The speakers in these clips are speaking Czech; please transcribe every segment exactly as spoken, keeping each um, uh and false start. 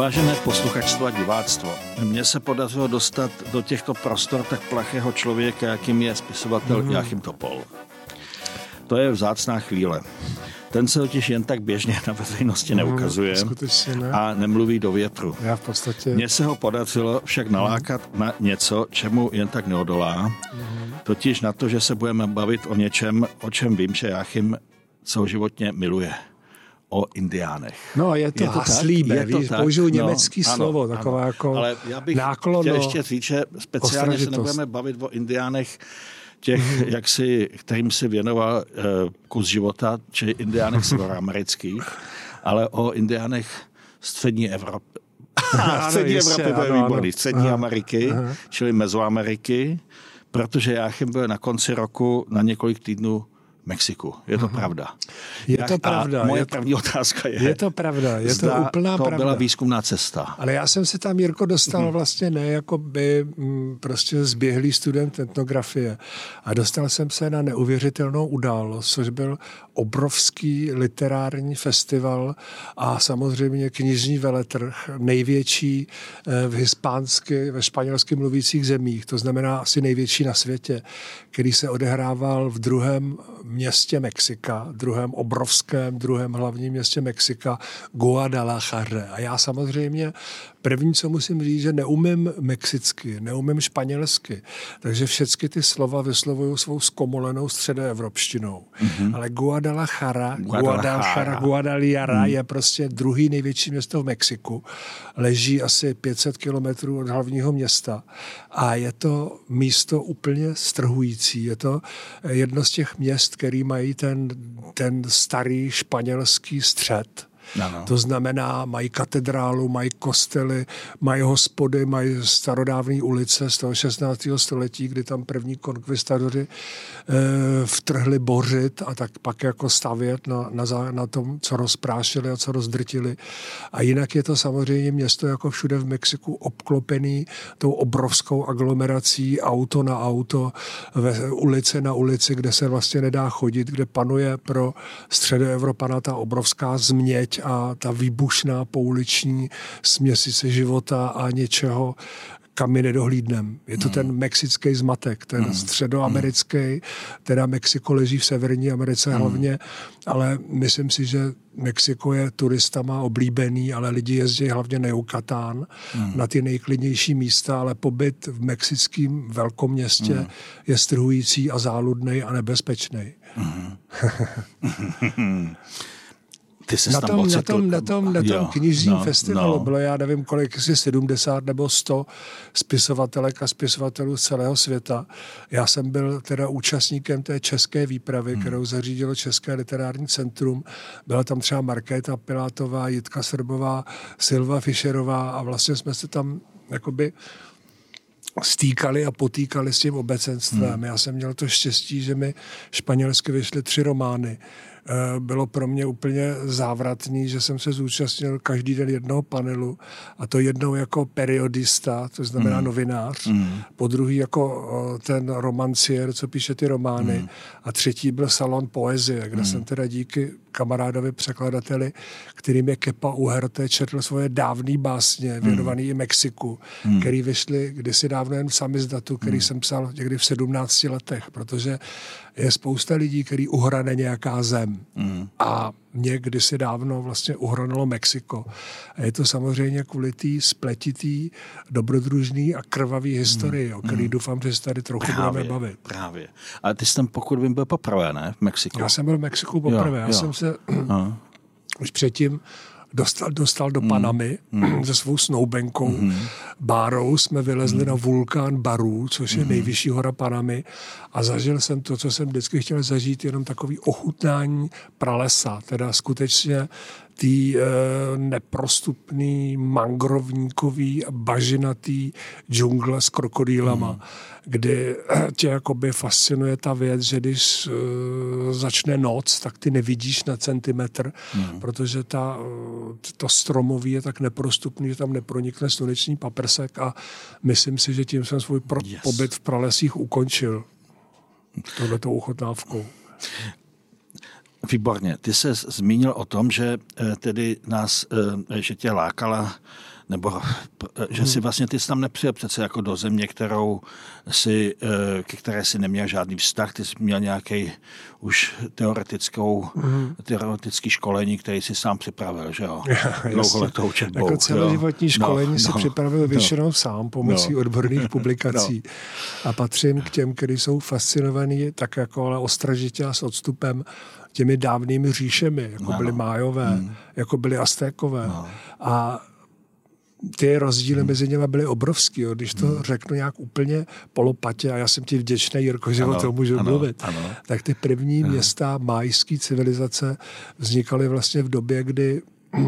Vážené posluchačstvo a diváctvo, mně se podařilo dostat do těchto prostor tak plachého člověka, jakým je spisovatel mm. Jáchym Topol. To je vzácná chvíle. Ten se totiž jen tak běžně na veřejnosti neukazuje ne. a nemluví do větru. Já v podstatě... Mně se ho podařilo však nalákat mm. na něco, čemu jen tak neodolá, mm. totiž na to, že se budeme bavit o něčem, o čem vím, že Jáchym celoživotně miluje. O indiánech. No, je to, je to haslíbe, víš, použiju německý no, slovo, ano, taková ano. jako Ale já bych náklono, chtěl ještě říct, že speciálně se nebudeme bavit o indiánech těch, mm-hmm. jak si, kterým si věnoval uh, kus života, či indiánech severoamerických, ale o indiánech střední Evropy. Střední jistě, Evropy, to je ano, výborný. Střední aha, Ameriky, aha. čili Mezoameriky, protože Jáchym byl na konci roku na několik týdnů Mexiku. Je to Aha. pravda. Je to pravda. A moje je první otázka je, je to pravda. Je to úplná to pravda. byla výzkumná cesta. Ale já jsem se tam, Jirko, dostal mm. vlastně ne jako by m, prostě zběhlý student etnografie. A dostal jsem se na neuvěřitelnou událost, což byl obrovský literární festival a samozřejmě knižní veletrh, největší v hispánsky, ve španělsky mluvících zemích, to znamená asi největší na světě, který se odehrával v druhém městě Mexika, druhém obrovském, druhém hlavním městě Mexika, Guadalajara. A já samozřejmě první, co musím říct, že neumím mexicky, neumím španělsky, takže všechny ty slova vyslovuju svou zkomolenou středoevropštinou. Mm-hmm. Ale Guadalajara, Guadalajara, Guadalajara mm. je prostě druhý největší město v Mexiku. Leží asi pět set kilometrů od hlavního města a je to místo úplně strhující. Je to jedno z těch měst, který mají ten, ten starý španělský střed. Ano. To znamená, mají katedrálu, mají kostely, mají hospody, mají starodávné ulice z toho šestnáctého století, kdy tam první konkvistadoři e, vtrhli bořit a tak pak jako stavět na, na, na tom, co rozprášili a co rozdrtili. A jinak je to samozřejmě město jako všude v Mexiku obklopený tou obrovskou aglomerací, auto na auto, ve, ulice na ulici, kde se vlastně nedá chodit, kde panuje pro Středoevropana ta obrovská změť a ta výbušná pouliční směsice života a něčeho, kam my nedohlídnem. Je to mm. ten mexický zmatek, ten mm. středoamerický, teda Mexiko leží v Severní Americe mm. hlavně, ale myslím si, že Mexiko je turistama oblíbený, ale lidi jezdí hlavně na Yucatán, mm. na ty nejklidnější místa, ale pobyt v mexickém velkoměstě mm. je strhující a záludnej a nebezpečný. Mm. Ty na, tom, na tom, na tom, na tom jo, knižním no, festivalu no. bylo, já nevím kolik, jestli sedmdesát nebo sto spisovatelek a spisovatelů z celého světa. Já jsem byl teda účastníkem té české výpravy, hmm. kterou zařídilo České literární centrum. Byla tam třeba Markéta Pilátová, Jitka Srbová, Silva Fischerová a vlastně jsme se tam jakoby stýkali a potýkali s tím obecenstvem. Hmm. Já jsem měl to štěstí, že mi španělsky vyšly tři romány. Bylo pro mě úplně závratný, že jsem se zúčastnil každý den jednoho panelu a to jednou jako periodista, to znamená mm. novinář, mm. po druhý jako ten romanciér, co píše ty romány mm. a třetí byl salon poezie, kde mm. jsem teda díky kamarádovi překladateli, kterým je Kepa Uherte, četl svoje dávný básně, věnovaný mm. i Mexiku, mm. který vyšly kdysi dávno jen v samizdatu, který mm. jsem psal někdy v sedmnácti letech, protože je spousta lidí, který uhrane nějaká zem. Mm. A mě kdysi dávno vlastně uhranilo Mexiko. A je to samozřejmě kvůli té spletitý, dobrodružný a krvavý historii, mm. o který mm. doufám, že se tady trochu právě, budeme bavit. Právě. Ale ty jsi tam, pokud vím, byl poprvé, ne? V Mexiku. Já jsem byl v Mexiku poprvé. Jo, Já jo. jsem se už předtím Dostal, dostal do mm. Panamy mm. se svou snoubenkou. Mm. Bárou jsme vylezli mm. na vulkán Barú, což je mm. nejvyšší hora Panamy a zažil jsem to, co jsem vždycky chtěl zažít, jenom takový ochutnání pralesa, teda skutečně tý e, neprostupný mangrovníkový a bažinatý džungle s krokodýlama, mm. kdy tě jakoby fascinuje ta věc, že když e, začne noc, tak ty nevidíš na centimetr, mm. protože ta, to stromoví je tak neprostupný, že tam nepronikne sluneční paprsek a myslím si, že tím jsem svůj pro, yes. pobyt v pralesích ukončil tohletou ochutnávkou. Výborně. Ty se zmínil o tom, že tedy nás, že tě lákala nebo že si vlastně ty jsi tam nepřijel přece jako do země, kterou si, ke které si neměl žádný vztah, ty jsi měl nějaký už teoretickou, mm. teoretický školení, který si sám připravil, že jo? Dlouholetou četbou. Jako celoživotní školení no, si no, připravil většinou no, sám pomocí no. odborných publikací. No. A patřím k těm, kteří jsou fascinovaní tak jako ale ostražitě a s odstupem těmi dávnými říšemi, jako no, byly Májové, mm. jako byly Aztékové. No. A ty rozdíly hmm. mezi nimi byly obrovský. Jo. Když to hmm. řeknu nějak úplně polopatě, a já jsem ti vděčný, Jirko, že ano, o tom můžu ano, mluvit, ano. tak ty první ano. města májské civilizace vznikaly vlastně v době, kdy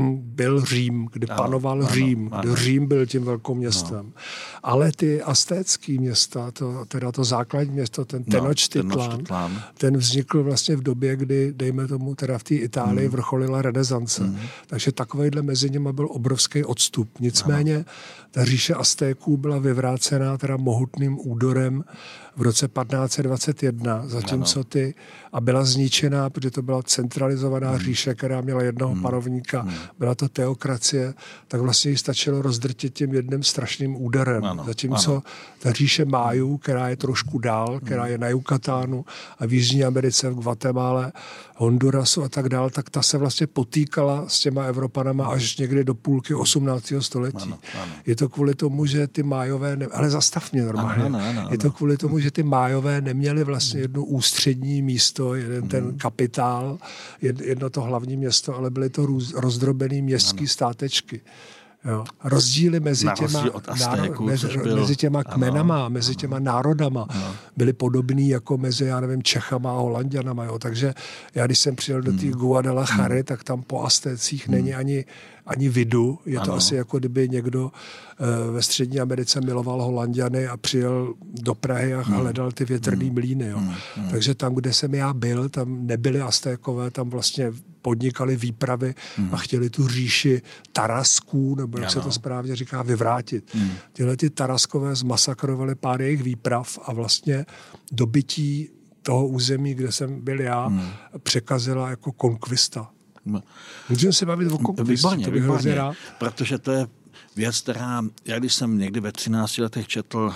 byl Řím, kdy ano, panoval ano, Řím, ano. kdy Řím byl tím velkou městem. No. Ale ty aztécký města, to, teda to základní město, ten no, Tenochtitlán, ten vznikl vlastně v době, kdy, dejme tomu, teda v té Itálii mm. vrcholila renesance. Mm. Takže takovejhle mezi nimi byl obrovský odstup. Nicméně ano. ta říše Aztéků byla vyvrácená teda mohutným údorem v roce patnáct set dvacet jedna, zatímco ty, a byla zničená, protože to byla centralizovaná mm. říše, která měla jednoho mm. panovníka, mm. byla to teokracie, tak vlastně jí stačilo rozdrtit tím jedním strašným úderem. Ano, zatímco ano. ta říše Májů, která je trošku dál, která je na Yucatánu a v Jižní Americe, v Guatemala, Hondurasu a tak dál, tak ta se vlastně potýkala s těma Evropanama až někdy do půlky osmnáctého století. Ano, ano. Je to kvůli tomu, že ty Májové, ne... ale zastav mě normálně, ano, ano, ano, je to kvůli tomu, že ty Májové neměli vlastně jedno ústřední místo, jeden mm. ten kapitál, jedno to hlavní město, ale byly to rozdrobený městský ano. státečky. Jo. Rozdíly mezi těma, Aztéku, mezi, byl, mezi těma kmenama, ano, mezi těma národama ano. byly podobný jako mezi, já nevím, Čechama a Holanďanama. Jo. Takže já, když jsem přijel do té hmm. Guadalajary, hmm. tak tam po Aztécích hmm. není ani, ani vidu. Je to ano. asi jako kdyby někdo uh, ve Střední Americe miloval Holanďany a přijel do Prahy a hmm. hledal ty větrný hmm. mlýny. Jo. Hmm. Hmm. Takže tam, kde jsem já byl, tam nebyly Aztékové, tam vlastně podnikali výpravy hmm. a chtěli tu říši Tarasků, nebo jak ano. se to správně říká, vyvrátit. Hmm. Tyhle ty Taraskové zmasakrovali pár jejich výprav a vlastně dobytí toho území, kde jsem byl já, hmm. překazila jako konkvista. Hmm. Můžeme se bavit o konkvistu, to bych hrozně rád. Protože to je věc, která, já když jsem někdy ve třinácti letech četl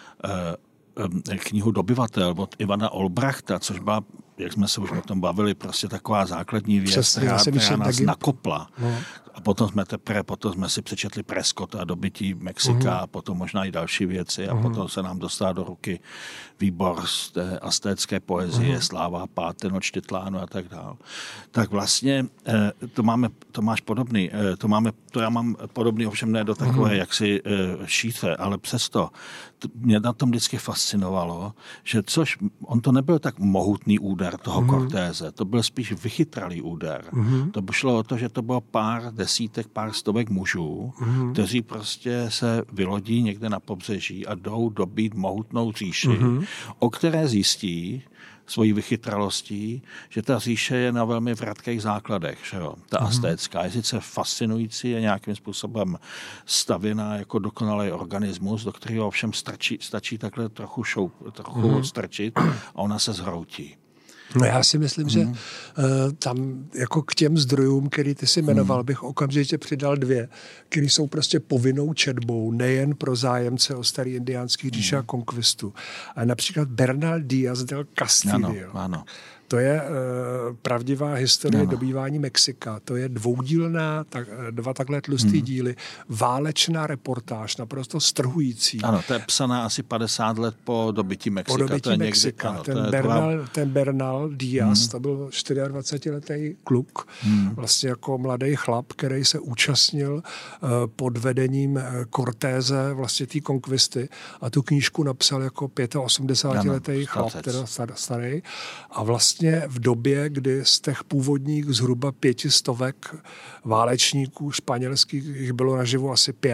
uh, knihu Dobyvatel od Ivana Olbrachta, což byla, jak jsme se už o tom bavili, prostě taková základní věc, Přesně, která, která nás taky... nakopla. No. A potom jsme teprve, potom jsme si přečetli Prescotta a dobytí Mexika uh-huh. a potom možná i další věci a uh-huh. potom se nám dostal do ruky výbor z té aztécké poezie, uh-huh. Sláva pád Tenochtitlánu a tak dále. Tak vlastně to máme, to máš podobný, to máme, to já mám podobný, ovšem ne do takové, uh-huh. jaksi šíře, ale přesto mě na tom vždycky fascinovalo, že což, on to nebyl tak mohutný úder toho uh-huh. Cortéze, to byl spíš vychytralý úder. Uh-huh. To šlo o to, že to bylo pár desítek, pár stovek mužů, mm-hmm. kteří prostě se vylodí někde na pobřeží a jdou dobít mohutnou říši, mm-hmm. o které zjistí svojí vychytralostí, že ta říše je na velmi vratkých základech. Že jo? Ta mm-hmm. aztécká je sice fascinující, je nějakým způsobem stavěná jako dokonalý organismus, do kterého ovšem stačí, stačí takhle trochu, šoup, trochu mm-hmm. odstrčit a ona se zhroutí. No já si myslím, že uh, tam jako k těm zdrojům, který ty si jmenoval, bych okamžitě přidal dvě, které jsou prostě povinnou četbou, nejen pro zájemce o starý indiánský říše a konkvistu. A například Bernal Díaz del Castillo. Ano, ano. To je uh, pravdivá historie ano. dobývání Mexika. To je dvoudílná, tak, dva takhle tlustý hmm. díly, válečná reportáž, naprosto strhující. Ano, to je psaná asi padesát let po dobytí Mexika. Po dobytí to je Mexika. Někdy, ten, ano, Bernal, tvá... ten Bernal Díaz, hmm. to byl dvacetčtyřletý kluk, hmm. vlastně jako mladý chlap, který se účastnil uh, pod vedením Cortéze, vlastně té konkvisty, a tu knížku napsal jako osmdesátipětiletý chlap, teda starý, a vlastně v době, kdy z těch původních zhruba pětistovek válečníků španělských jich bylo naživu asi pět.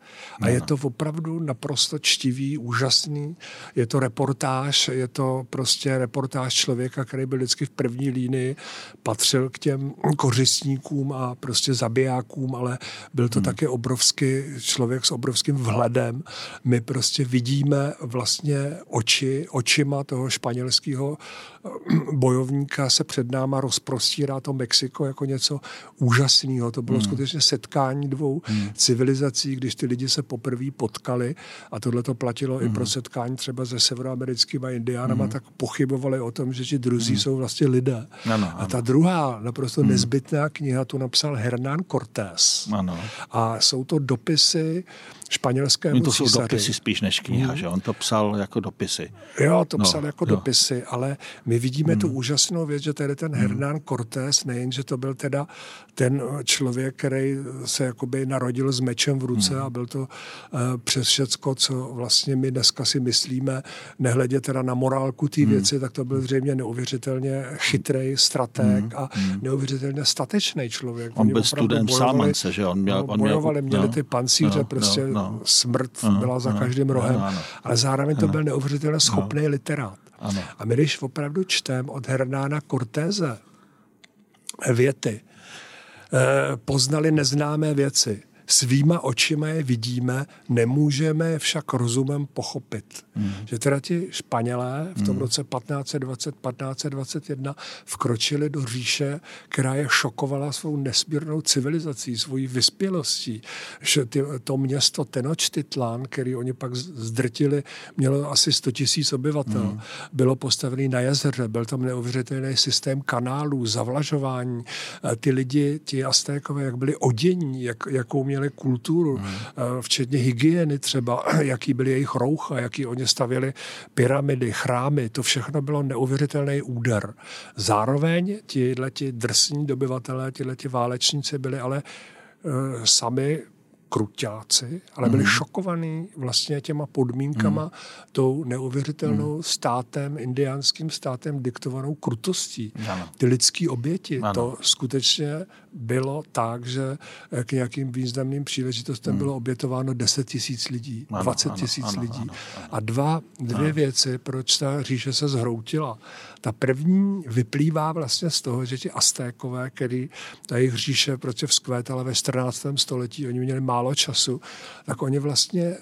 A je to opravdu naprosto čtivý, úžasný. Je to reportáž, je to prostě reportáž člověka, který byl vždycky v první línii, patřil k těm kořistníkům a prostě zabijákům, ale byl to hmm. také obrovský člověk s obrovským vhledem. My prostě vidíme vlastně oči, očima toho španělského bojovníka se před náma rozprostírá to Mexiko jako něco úžasného. To bylo hmm. skutečně setkání dvou hmm. civilizací, když ty lidi se poprvé potkali a tohle to platilo hmm. i pro setkání třeba se severoamerickými indiánama, hmm. tak pochybovali o tom, že ti druzí hmm. jsou vlastně lidé. Ano, ano. A ta druhá naprosto hmm. nezbytná kniha, tu napsal Hernán Cortés. Ano. A jsou to dopisy španělskému no to jsou císaři. dopisy spíš než kniha, hmm. že? On to psal jako dopisy. Jo, to no, psal jako jo. dopisy, ale my vidíme hmm. tu úžasnou věc, že tady ten hmm. Hernán Cortés, nejen, že to byl teda ten člověk, který se jakoby narodil s mečem v ruce hmm. a byl to uh, přes všecko, co vlastně my dneska si myslíme, nehledě teda na morálku té hmm. věci, tak to byl zřejmě neuvěřitelně chytrej stratég hmm. a hmm. neuvěřitelně statečný člověk. On byl student Sámance, že? On měl, no, on bojovali, měl, měli no, ty pancíře, no, prostě no, no, smrt no, byla za no, každým rohem, no, no, ale zároveň to byl neuvěřitelně schopný no. literát. Ano. A my, když opravdu čteme od Hernána Cortéze věty, eh, poznali neznámé věci, svýma očima je vidíme, nemůžeme je však rozumem pochopit. Hmm. Že teda ti Španělé v tom hmm. roce patnáct dvacet patnáct dvacet jedna vkročili do říše, která je šokovala svou nesmírnou civilizací, svojí vyspělostí. Že ty, to město Tenochtitlan, který oni pak zdrtili, mělo asi sto tisíc obyvatel. Hmm. Bylo postavené na jezeře, byl tam neuvěřitelný systém kanálů, zavlažování. Ty lidi, ti Aztékové, jak byli odění, jak, jakou měli kulturu, hmm. včetně hygieny třeba, jaký byly jejich roucha, jaký oni stavěli pyramidy, chrámy, to všechno bylo neuvěřitelný úder. Zároveň tihleti drsní dobyvatelé, tihleti válečníci byli ale uh, sami kruťáci, ale byli mm. šokovaní vlastně těma podmínkama, mm. tou neuvěřitelnou mm. státem, indiánským státem diktovanou krutostí. Ano. Ty lidský oběti, ano. to skutečně bylo tak, že k nějakým významným příležitostem mm. bylo obětováno deset tisíc lidí, ano, dvacet tisíc lidí. Ano, ano. A dva, dvě ano. věci, proč ta říše se zhroutila. Ta první vyplývá vlastně z toho, že ti Aztékové, který ta jejich říše prostě vzkvétala ve čtrnáctém století, oni měli málo času, tak oni vlastně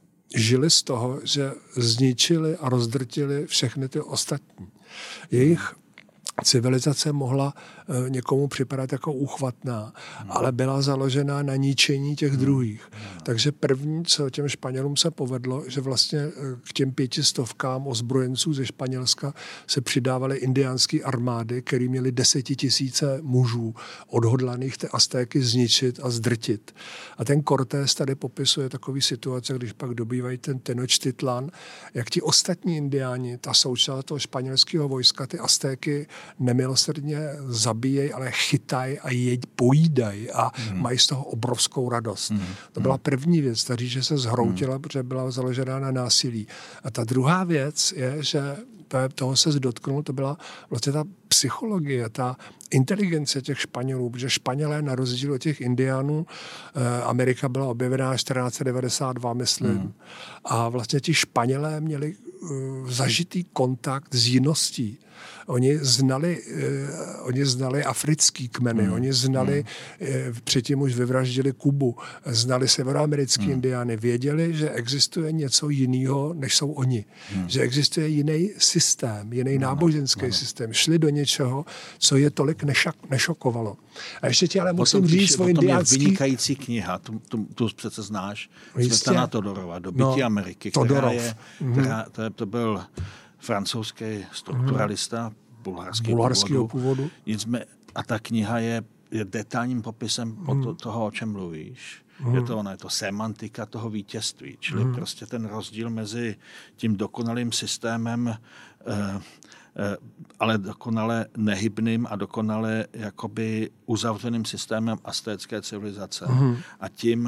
žili z toho, že zničili a rozdrtili všechny ty ostatní. Jejich civilizace mohla e, někomu připadat jako úchvatná, hmm. ale byla založena na ničení těch hmm. druhých. Hmm. Takže první, co těm Španělům se povedlo, že vlastně e, k těm pětistovkám ozbrojenců ze Španělska se přidávaly indiánské armády, které měly desetitisíce mužů odhodlaných ty Aztéky zničit a zdrtit. A ten Cortés tady popisuje takový situace, když pak dobývají ten Tenochtitlan, jak ti ostatní indiáni, ta součást toho španělského vojska, ty Aztéky nemilosrdně zabíjejí, ale chytají a jeď, pojídají a hmm. mají z toho obrovskou radost. Hmm. To byla první věc, ta říše se zhroutila, hmm. protože byla založená na násilí. A ta druhá věc je, že toho se dotknul, to byla vlastně ta psychologie, ta inteligence těch Španělů, protože Španělé na rozdíl od těch Indiánů, eh, Amerika byla objevená čtrnáct devadesát dva, myslím. Hmm. A vlastně ti Španělé měli uh, zažitý kontakt s jiností. Oni znali, eh, oni znali africký kmeny, hmm. oni znali, eh, předtím už vyvraždili Kubu, znali severoamerický hmm. indiány, věděli, že existuje něco jiného, než jsou oni. Hmm. Že existuje jiný systém, jiný hmm. náboženský hmm. systém. Šli do něčeho, co je tolik nešak, nešokovalo. A ještě ti ale musím potom, říct svůj indiánský... je vynikající kniha, tu, tu, tu přece znáš, Světlana Todorova, Dobytí no, Ameriky, která Todorov. je, která, to, to byl francouzský strukturalista, bulharský bulharského původu. původu. Nicmé, a ta kniha je, je detailním popisem hmm. to, toho, o čem mluvíš. Hmm. Je to, ono, je to semantika toho vítězství, čili hmm. prostě ten rozdíl mezi tím dokonalým systémem, eh, eh, ale dokonale nehybným a dokonale jakoby uzavřeným systémem aztécké civilizace hmm. a tím,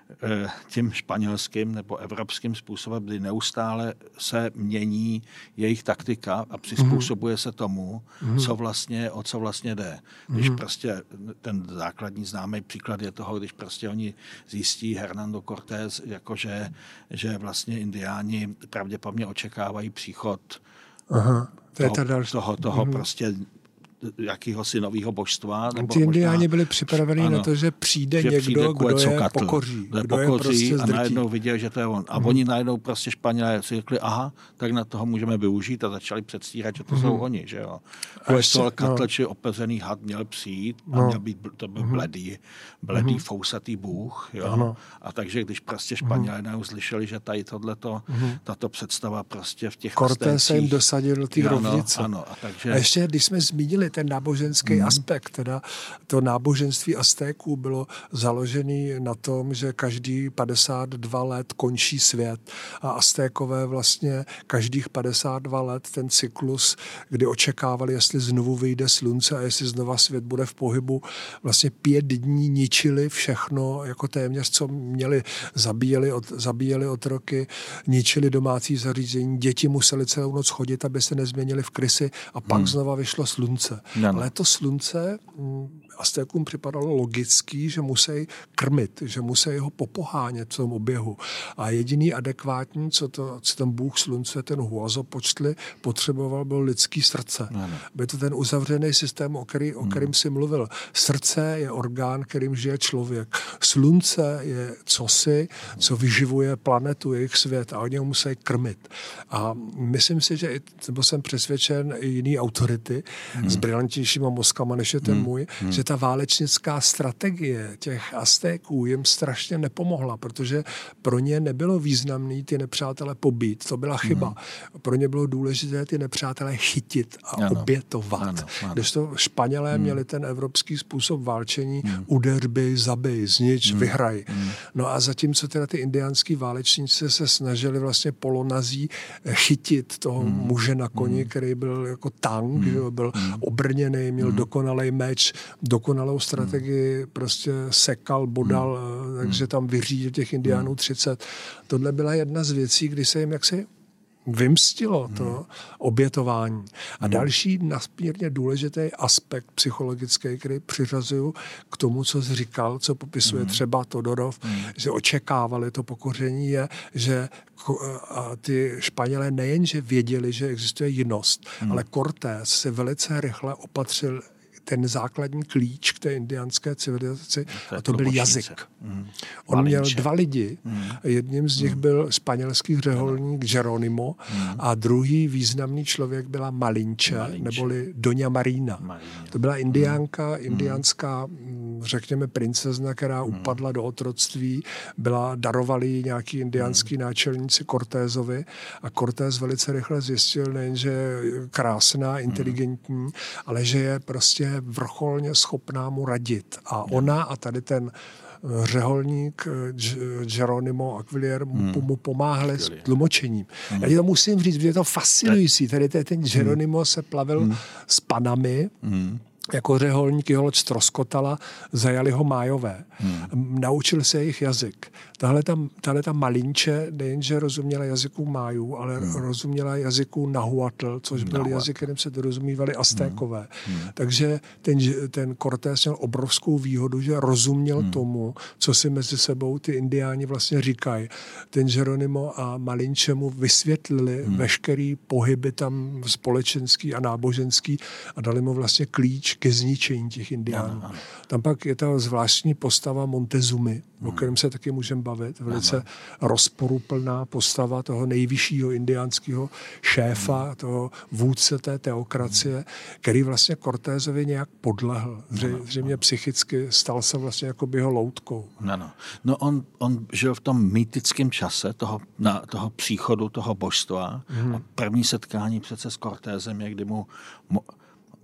tím španělským nebo evropským způsobem, kdy neustále se mění jejich taktika a přizpůsobuje se tomu, mm. co vlastně, o co vlastně jde. Když mm. prostě ten základní známý příklad je toho, když prostě oni zjistí Hernando Cortés, jakože, že vlastně indiáni pravděpodobně očekávají příchod Aha, to je toho, další. toho, toho mm. prostě jakýhosi novýho božstva. Nebo Ty indiáni byli připraveni na to, že přijde že někdo, přijde kdo je pokoří. Kdo, kdo je prostě a najednou viděl, že to je on. A mm. oni najednou prostě Španělé si řekli, aha, tak na toho můžeme využít a začali předstírat, že to mm. jsou oni. Že jo. Quetzalcoatl, no. či opeřený had měl přijít a no. měl být to byl mm. bledý, bledý mm. fousatý bůh. Jo. Ano. A takže když prostě Španělé mm. uslyšeli, že tady tohleto, mm. tato představa prostě v těch Cortés se jim dosadil do té rovnice. Ano, a, takže... a ještě, když jsme zmínili ten náboženský mm. aspekt, teda to náboženství Aztéků bylo založené na tom, že každý padesát dva let končí svět a Aztékové vlastně každých padesát dva let ten cyklus, kdy očekávali, jestli znovu vyjde slunce a jestli znova svět bude v pohybu, vlastně pět dní ničili všechno, jako téměř, co měli, zabíjeli, od, zabíjeli otroky, ničili domácí zařízení, děti museli celou noc chodit, aby se nezměnili v krysy a pak mm. znova vyšlo slunce. No. Ale to slunce Aztékům připadalo logický, že musí krmit, že musí ho popohánět v tom oběhu. A jediný adekvátní, co, to, co ten bůh slunce, ten Huazopochtli, potřeboval, byl lidský srdce. No, no. Byl to ten uzavřený systém, o, který, o kterým si mluvil. Srdce je orgán, kterým žije člověk. Slunce je cosi, co vyživuje planetu, jejich svět a oni ho musí krmit. A myslím si, že nebo jsem přesvědčen i jiný autority hmm. s brilantnějšíma mozkama, než je ten hmm. můj, hmm. že ta válečnická strategie těch Aztéků jim strašně nepomohla, protože pro ně nebylo významný ty nepřátelé pobít. To byla chyba. Hmm. Pro ně bylo důležité ty nepřátelé chytit a ano. obětovat. Ano, ano. Když to Španělé hmm. měli ten evropský způsob válčení, hmm. uderby, zabij, znič, hmm. vyhraj. Hmm. No a zatímco teda ty indiánský válečníci se snažili vlastně polonazí chytit toho hmm. muže na koni, hmm. který byl jako tank, hmm. že byl hmm. obrněný, měl hmm. dokonalej meč, dokonalou strategii, hmm. prostě sekal, bodal, hmm. takže tam vyřídil těch indiánů hmm. třicet. Tohle byla jedna z věcí, kdy se jim jaksi vymstilo to hmm. obětování. A hmm. další nasmírně důležitý aspekt psychologický, který přiřazuju k tomu, co jsi říkal, co popisuje hmm. třeba Todorov, hmm. že očekávali to pokoření, je, že a ty Španělé nejenže věděli, že existuje jinost, hmm. ale Cortés se velice rychle opatřil ten základní klíč k té indiánské civilizaci, a to byl jazyk. Mm. On Malinče. měl dva lidi. Mm. Jedním z nich mm. byl španělský řeholník Jeronimo mm. a druhý významný člověk byla Malinče, Malinče. neboli Doña Marina. Marina. To byla indiánka, mm. indiánská, řekněme, princezna, která mm. upadla do otroctví. Byla, darovali jí nějaký indiánský mm. náčelníci Cortézovi a Cortés velice rychle zjistil, nejenže je krásná, inteligentní, mm. ale že je prostě vrcholně schopná mu radit. A ona a tady ten řeholník Jeronimo Aguilera mu, hmm. mu pomáhali s tlumočením. Hmm. Já ti to musím říct, že je to fascinující. Tady ten Jeronimo se plavil hmm. s panami, hmm. jako řeholník, jeho loď ztroskotala, zajali ho Májové. Hmm. Naučil se jejich jazyk. Tahle ta, tahle ta Malinče nejenže rozuměla jazyku Májů, ale hmm. rozuměla jazyku Nahuatl, což byl Nahuatl. jazyk, kterým se dorozumívali Aztékové. Hmm. Takže ten, ten Cortés měl obrovskou výhodu, že rozuměl hmm. tomu, co si mezi sebou ty indiáni vlastně říkají. Ten Jeronimo a Malinče mu vysvětlili hmm. veškerý pohyby tam společenský a náboženský a dali mu vlastně klíč ke zničení těch indiánů. Ano, ano. Tam pak je ta zvláštní postava Montezumy, hmm. o kterém se taky můžeme bavit. Velice ano. rozporuplná postava toho nejvyššího indiánského šéfa, hmm. toho vůdce té teokracie, hmm. který vlastně Cortézovi nějak podlehl. Zřejmě ano. psychicky stal se vlastně jako by jeho loutkou. Ano. No on, on žil v tom mýtickém čase toho, na, toho příchodu toho božstva hmm. a první setkání přece s Cortézem je, kdy mu mo,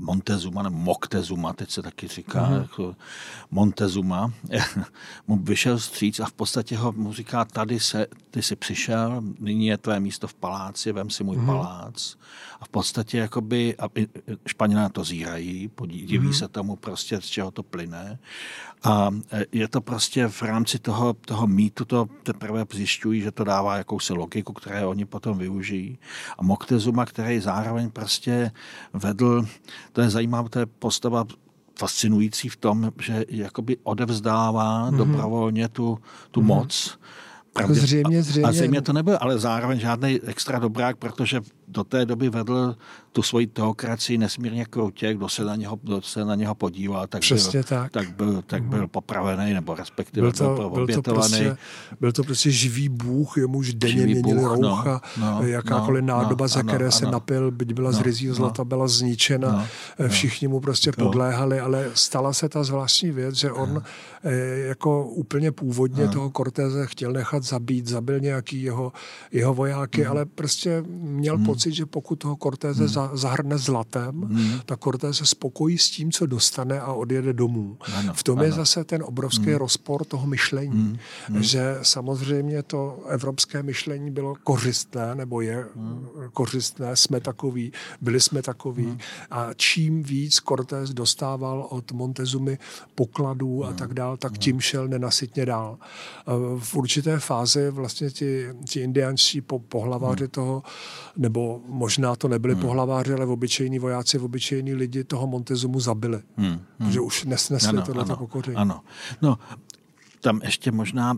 Montezuma, nebo Moctezuma, teď se taky říká, mm. jako Montezuma, mu vyšel vstříc a v podstatě ho mu říká, tady se, ty jsi přišel, nyní je tvé místo v paláci, vem si můj mm. palác. A v podstatě jakoby, a Španělé to zírají, diví mm. se tomu prostě, z čeho to plyne. A je to prostě v rámci toho, toho mýtu, to teprve zjišťují, že to dává jakousi logiku, které oni potom využijí. A Moctezuma, který zároveň prostě vedl, to je zajímavé, to je postava fascinující v tom, že jakoby odevzdává mm-hmm. dobrovolně tu, tu mm-hmm. moc. Pravdě, zřejmě, zřejmě. A zřejmě to nebyl, ale zároveň žádný extra dobrák, protože do té doby vedl tu svoji teokracii nesmírně krutě, kdo se na něho, kdo se na něho podíval, tak Přesně byl, tak. tak byl, tak byl popravený, nebo respektive byl to, byl byl obětovaný. To prostě, byl to prostě živý bůh, jemuž denně měnili roucha, no, no, jakákoliv no, nádoba, no, za které ano, se ano, napil, byť byla no, z ryzího zlata, no, byla zničena, no, všichni mu prostě no, podléhali, ale stala se ta zvláštní věc, že on no. jako úplně původně no. toho Cortéze chtěl nechat zabít, zabil nějaký jeho, jeho vojáky, mm. ale prostě měl mm. pocit, že pokud toho Cortéze mm. za, zahrne zlatem, mm. tak Cortés se spokojí s tím, co dostane a odjede domů. Ano, v tom ano. je zase ten obrovský mm. rozpor toho myšlení, mm. že samozřejmě to evropské myšlení bylo kořistné, nebo je mm. kořistné, jsme takový, byli jsme takový mm. a čím víc Cortés dostával od Montezumy pokladů mm. a tak dál, tak tím šel nenasytně dál. V určité fázi vlastně ti, ti indiánští po, pohlaváři hmm. toho, nebo možná to nebyli hmm. pohlaváři, ale obyčejní vojáci, obyčejní lidi toho Montezumu zabili. Hmm. Hmm. Protože už nesnesli tohleto pokoření. Ano. No, tam ještě možná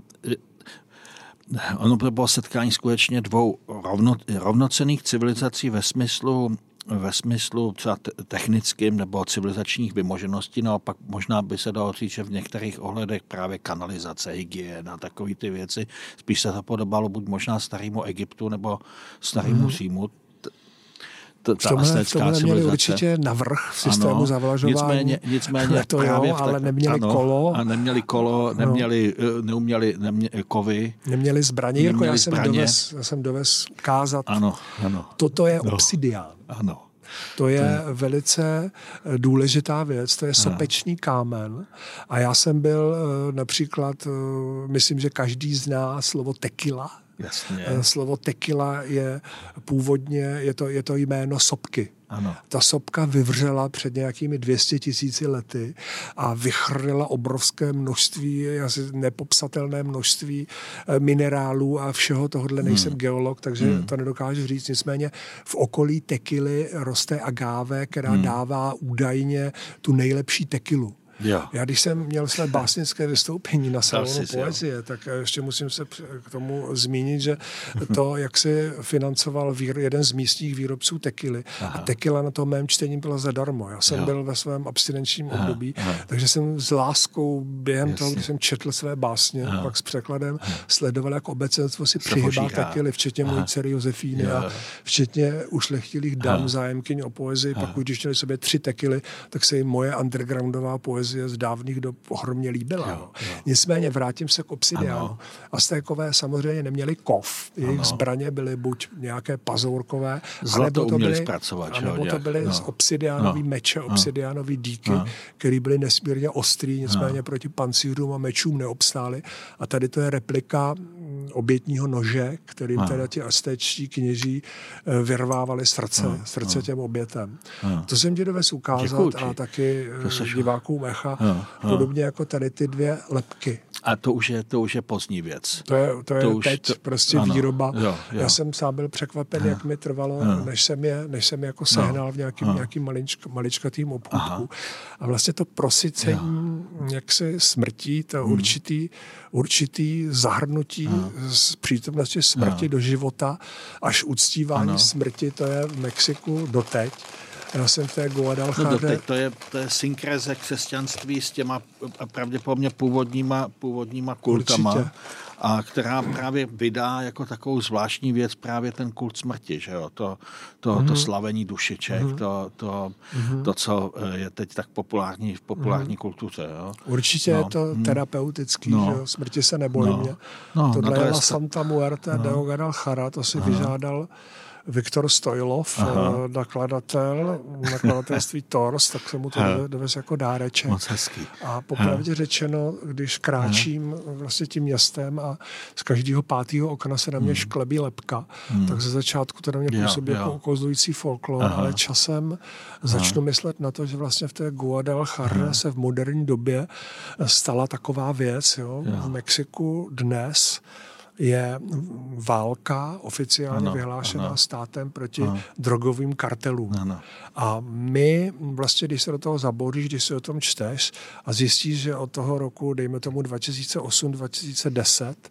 ono to bylo setkání skutečně dvou rovno, rovnocenných civilizací ve smyslu ve smyslu třeba technickým nebo civilizačních vymožeností, no a pak možná by se dalo říct, že v některých ohledech právě kanalizace, hygiena, takové ty věci, spíš se to podobalo buď možná starému Egyptu nebo starému hmm. Římu. Ta v tomhle, v tomhle měli určitě navrch v systému ano, zavlažování. Nicméně, nicméně to právě jo, tak, ale neměli ano, kolo. A neměli kolo, neměli, no. neuměli neměli kovy. Neměli zbraně. Neměli Jirko, já jsem dovez, já jsem dovez ukázat. Ano, ano. Toto je no. obsidián. Ano. To je to... velice důležitá věc, to je sopečný kámen. A já jsem byl například, myslím, že každý zná slovo tequila. Jasně. Slovo tequila je původně, je to, je to jméno sopky. Ano. Ta sopka vyvřela před nějakými dvě stě tisíci lety a vychrlila obrovské množství, asi nepopsatelné množství minerálů a všeho tohohle. Nejsem hmm. geolog, takže hmm. to nedokážu říct. Nicméně v okolí tekily roste agáve, která hmm. dává údajně tu nejlepší tekilu. Jo. Já když jsem měl své básnické vystoupení na salonu poezie, jo. tak ještě musím se k tomu zmínit, že to, jak si financoval výro, jeden z místních výrobců tekily. Aha. A tekila na tom mém čtení byla zadarmo. Já jsem jo. byl ve svém abstinenčním aha. období, aha. takže jsem s láskou během Jasně. toho, když jsem četl své básně, aha. pak s překladem, aha. sledoval, jak obecenstvo si přihybá tekily, včetně mojí dcery Josefíny a včetně ušlechtilých dam zájemkyň o poezii. Aha. Pak když měli sobě tři tekily, tak se jim moje undergroundová poezie z dávných dob ohromně líbila. Jo, jo. Nicméně vrátím se k obsidiánu. Aztékové samozřejmě neměli kov. Jejich ano. zbraně byly buď nějaké pazourkové, anebo to byly, anebo to byly no. z obsidiánový no. meče, obsidiánový díky, no. které byly nesmírně ostrý, nicméně no. proti pancířům a mečům neobstály. A tady to je replika obětního nože, kterým no. teda ti aztéčtí kněží vyrvávali srdce, no. srdce těm obětem. No. To jsem ti dovez ukázat a taky divákům Echa, no. podobně no. jako tady ty dvě lebky. A to už je, to už je pozdní věc. To je, to je to už, teď to, prostě ano, výroba. Jo, jo. Já jsem sám byl překvapen, ano. jak mi trvalo, ano. než jsem je, než jsem je jako sehnal no. v nějakým, nějakým maličk, maličkatým obchůdku. Aha. A vlastně to prosycení jaksi smrtí, to hmm. určitý, určitý zahrnutí ano. z přítomnosti smrti ano. do života, až uctívání ano. smrti, to je v Mexiku doteď. Já jsem v té Guadalajare. No to, to, je, to je synkreze křesťanství s těma pravděpodobně původníma, původníma kultama. Určitě. A která právě vydá jako takovou zvláštní věc právě ten kult smrti, že jo? To, to, mm. to slavení dušiček, mm. to, to, mm. to, co je teď tak populární v populární mm. kultuře. Jo? Určitě no. je to terapeutický, no. že jo? Smrti se nebojím. No. No, Tohle je La Santa Muerte no. de Guadalajara, to si no. vyžádal Viktor Stojlov, Aha. nakladatel, nakladatelství Tors, tak se mu to dovez jako dáreček. Moc hezký. A popravdě řečeno, když kráčím Aha. vlastně tím městem a z každého pátého okna se na mě hmm. šklebí lebka, hmm. tak ze začátku to na mě působí jo, jako jo. okouzlující folklor, Aha. ale časem začnu Aha. myslet na to, že vlastně v té Guadalajare se v moderní době stala taková věc, jo, jo. v Mexiku dnes je válka oficiálně ano, vyhlášená ano. státem proti ano. drogovým kartelům. Ano. A my vlastně, když se do toho zaboříš, když se o tom čteš a zjistíš, že od toho roku, dejme tomu dva tisíce osm dva tisíce deset,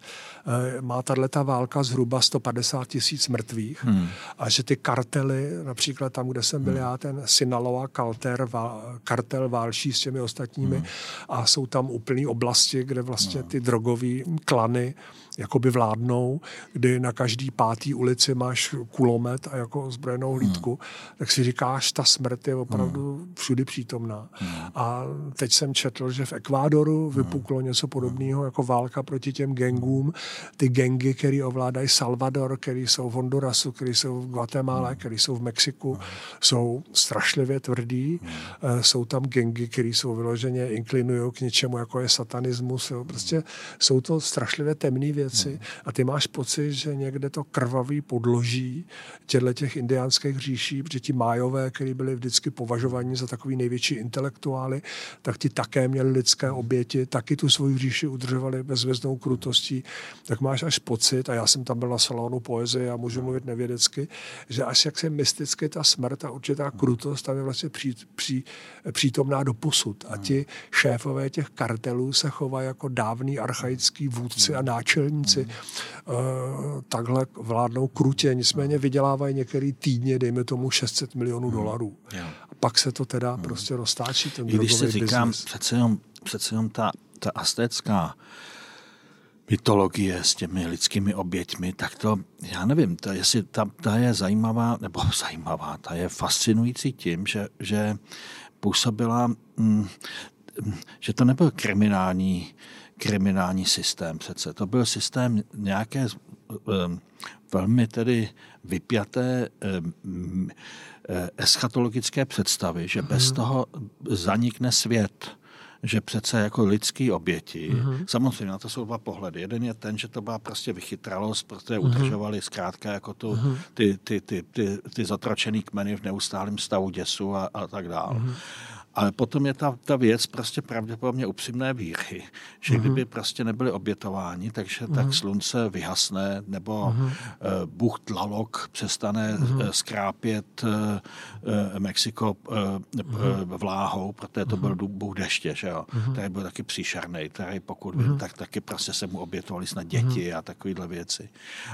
má tato válka zhruba sto padesát tisíc mrtvých hmm. a že ty kartely, například tam, kde jsem byl hmm. já, ten Sinaloa kartel, kartel válčí s těmi ostatními hmm. a jsou tam úplný oblasti, kde vlastně ty drogové klany jakoby vládnou, kdy na každý pátý ulici máš kulomet a jako ozbrojenou hlídku, hmm. tak si říkáš, ta smrt je opravdu hmm. všudy přítomná. Hmm. A teď jsem četl, že v Ekvádoru vypuklo něco podobného jako válka proti těm gangům. Ty gangy, které ovládají Salvador, které jsou v Hondurasu, které jsou v Guatemala, které jsou v Mexiku, jsou strašlivě tvrdý. Hmm. Jsou tam gangy, které jsou vyloženě inklinují k něčemu, jako je satanismus. Jo. Prostě jsou to strašlivě temné věci a ty máš pocit, že někde to krvavý podloží těchto těch indiánských říší, protože ti májové, kteří byli vždycky považovaní za takový největší intelektuály, tak ti také měli lidské oběti, taky tu svoji říši udržovali bezvěznou krutostí. Tak máš až pocit, a já jsem tam byl na salonu poezie a můžu mluvit nevědecky, že až jak se mysticky ta smrt a určitá krutost tam je vlastně pří, pří, přítomná do posud. A ti šéfové těch kartelů se chovají jako dávný archaický vůdci a náčelníci. Uh, takhle vládnou krutě, nicméně vydělávají některý týdně, dejme tomu šest set milionů dolarů. A pak se to teda hmm. prostě roztáčí, ten drogový biznis. Když si říkám, přece jenom, přece jenom ta, ta aztécká mytologie s těmi lidskými oběťmi, tak to, já nevím, ta, jestli ta, ta je zajímavá, nebo zajímavá, ta je fascinující tím, že, že působila, mm, že to nebyl kriminální kriminální systém přece. To byl systém nějaké um, velmi tedy vypjaté um, eschatologické představy, že bez mm. toho zanikne svět, že přece jako lidský oběti, mm. samozřejmě na to jsou dva pohledy. Jeden je ten, že to byla prostě vychytralost, protože mm. udržovali zkrátka jako tu, mm. ty, ty, ty, ty, ty zatračený kmeny v neustálém stavu děsu a, a tak dále. Mm. Ale potom je ta, ta věc prostě pravděpodobně upřímné víry, že mm-hmm. kdyby prostě nebyli obětováni, takže mm-hmm. tak slunce vyhasne, nebo mm-hmm. uh, Bůh Tlaloc přestane mm-hmm. skrápět uh, uh, Mexiko uh, mm-hmm. uh, vláhou, protože to byl Bůh deště, že jo. Mm-hmm. Tady byl taky příšernej, tady pokud mm-hmm. by, tak taky prostě se mu obětovali snad děti mm-hmm. a takovýhle věci.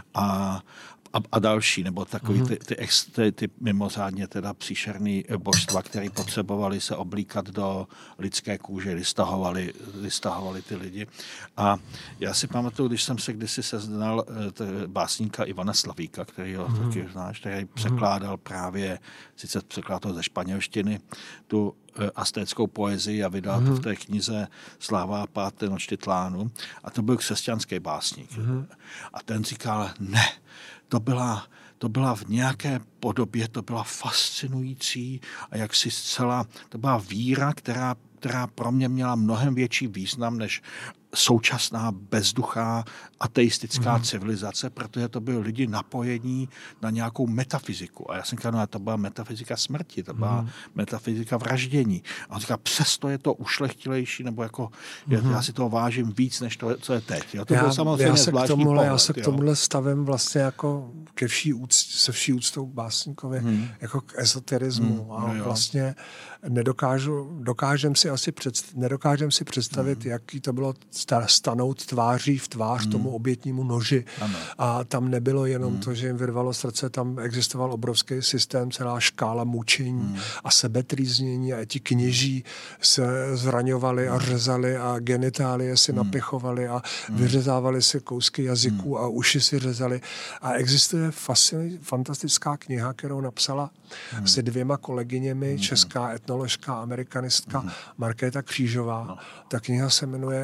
A A, a další, nebo takový ty, ty, ty, ty mimořádně teda příšerný božstva, které potřebovali se oblíkat do lidské kůže, vystahovali, vystahovali ty lidi. A já si pamatuju, když jsem se kdysi seznal básníka Ivana Slavíka, který ho mm. taky znáš, který překládal právě, sice překládal ze španělštiny, tu aztéckou poezii a vydal to v té knize Sláva a pád Tenochtitlánu. A to byl křesťanský básník. Mm. A ten říkal, ne, to byla, to byla v nějaké podobě, to byla fascinující a jaksi zcela, to byla víra, která, která pro mě měla mnohem větší význam než současná bezduchá ateistická mm. civilizace, protože to byly lidi napojení na nějakou metafyziku. A já jsem říkal, no, to byla metafyzika smrti, to byla mm. metafyzika vraždění. A on říká, přesto je to ušlechtilejší, nebo jako, mm. já si toho vážím víc, než to, co je teď. Jo, to já, byl samozřejmě já se zvláštní tomuhle, pohled. Já se k tomuhle stavem vlastně jako ke vší úctě, se vší úctou básníkovi, mm. jako k ezoterismu. Mm. A no, vlastně nedokážu, dokážem si asi předst, nedokážem si představit, mm. jaký to bylo stanout tváří v tvář hmm. tomu obětnímu noži. Ano. A tam nebylo jenom hmm. to, že jim vyrvalo srdce, tam existoval obrovský systém, celá škála mučení hmm. a sebetrýznění a ti kněží se zraňovali a řezali a genitálie si hmm. napichovali a hmm. vyřezávali si kousky jazyků hmm. a uši si řezali. A existuje fascin, fantastická kniha, kterou napsala hmm. se dvěma kolegyněmi, hmm. česká etnoložka, amerikanistka hmm. Markéta Křížová. No. Ta kniha se jmenuje Krvavý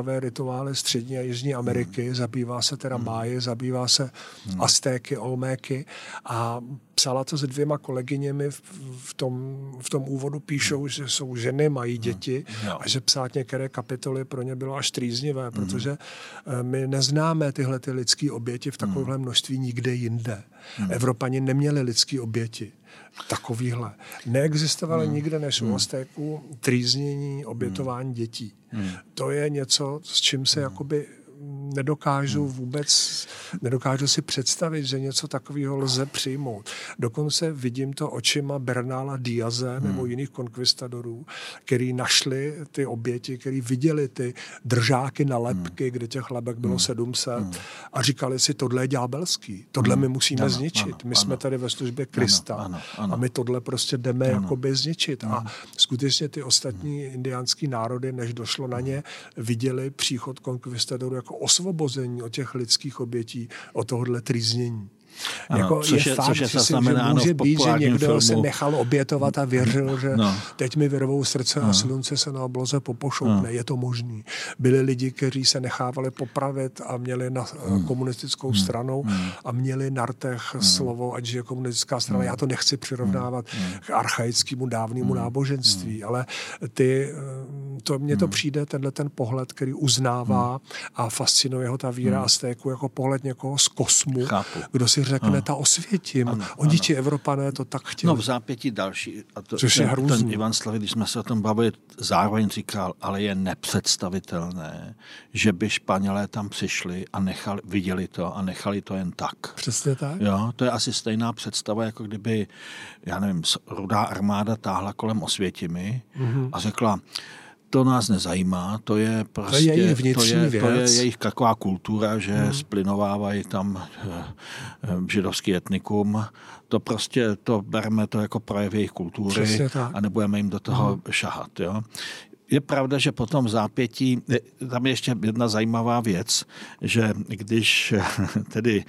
zajímavé rituály Střední a Jižní Ameriky, hmm. zabývá se teda hmm. Máji, zabývá se hmm. Aztéky, Olméky a psala to s dvěma kolegyněmi v, v, tom, v tom úvodu píšou, hmm. že jsou ženy, mají děti hmm. a že psát některé kapitoly pro ně bylo až trýznivé, hmm. protože my neznáme tyhle ty lidské oběti v takovém množství nikde jinde. Hmm. Evropani neměli lidské oběti. Takovýhle. Neexistovaly hmm. nikde než u Aztéků trýznění, obětování hmm. dětí. Hmm. To je něco, s čím se hmm. jakoby nedokážu vůbec, nedokážu si představit, že něco takového lze přijmout. Dokonce vidím to očima Bernala Díaze nebo hmm. jiných konkvistadorů, který našli ty oběti, který viděli ty držáky na lebky, hmm. kde těch lebek bylo hmm. sedm set hmm. a říkali si, tohle je ďábelský, tohle hmm. my musíme ano, zničit. Ano, my ano. jsme tady ve službě Krista ano, ano, ano. a my tohle prostě jdeme ano. jakoby zničit. Ano. A skutečně ty ostatní hmm. indiánský národy, než došlo na ně, viděli příchod konkvistadorů jako osvobození od těch lidských obětí, od tohohle trýznění. Ano, jako což je, je, fakt, což je že, si, že může být, že někdo filmu. se nechal obětovat a věřil, že no. teď mi vyrvou srdce no. a slunce se na obloze popošoupne. No. Je to možný. Byli lidi, kteří se nechávali popravit a měli na hmm. komunistickou hmm. stranou hmm. a měli na rtech hmm. slovo, ať je komunistická strana. Hmm. Já to nechci přirovnávat hmm. k archaickému dávnému hmm. náboženství, hmm. ale ty, to, mně to hmm. přijde, tenhle ten pohled, který uznává hmm. a fascinuje ho ta víra hmm. Aztéků jako pohled někoho z kosmu, Chápu. Kdo si řekne, ano. ta osvětím. Ano, Oni ano. ti Evropané to tak chtěli. No v zápětí další. A to, Což je ten, hrůzný. Ten Ivan Slavy, když jsme se o tom bavili, zároveň říkal, ale je nepředstavitelné, že by Španělé tam přišli a nechali, viděli to a nechali to jen tak. Přesně tak. Jo, to je asi stejná představa, jako kdyby, já nevím, Rudá armáda táhla kolem Osvětimi mm-hmm. a řekla, to nás nezajímá, to je prostě, to je jejich vnitřní to je, věc. To je jejich taková kultura, že hmm. splinovávají tam e, židovský etnikum. To prostě, to bereme to jako projev jejich kultury a nebudeme jim do toho hmm. šahat. Jo? Je pravda, že potom v zápětí, tam je ještě jedna zajímavá věc, že když tedy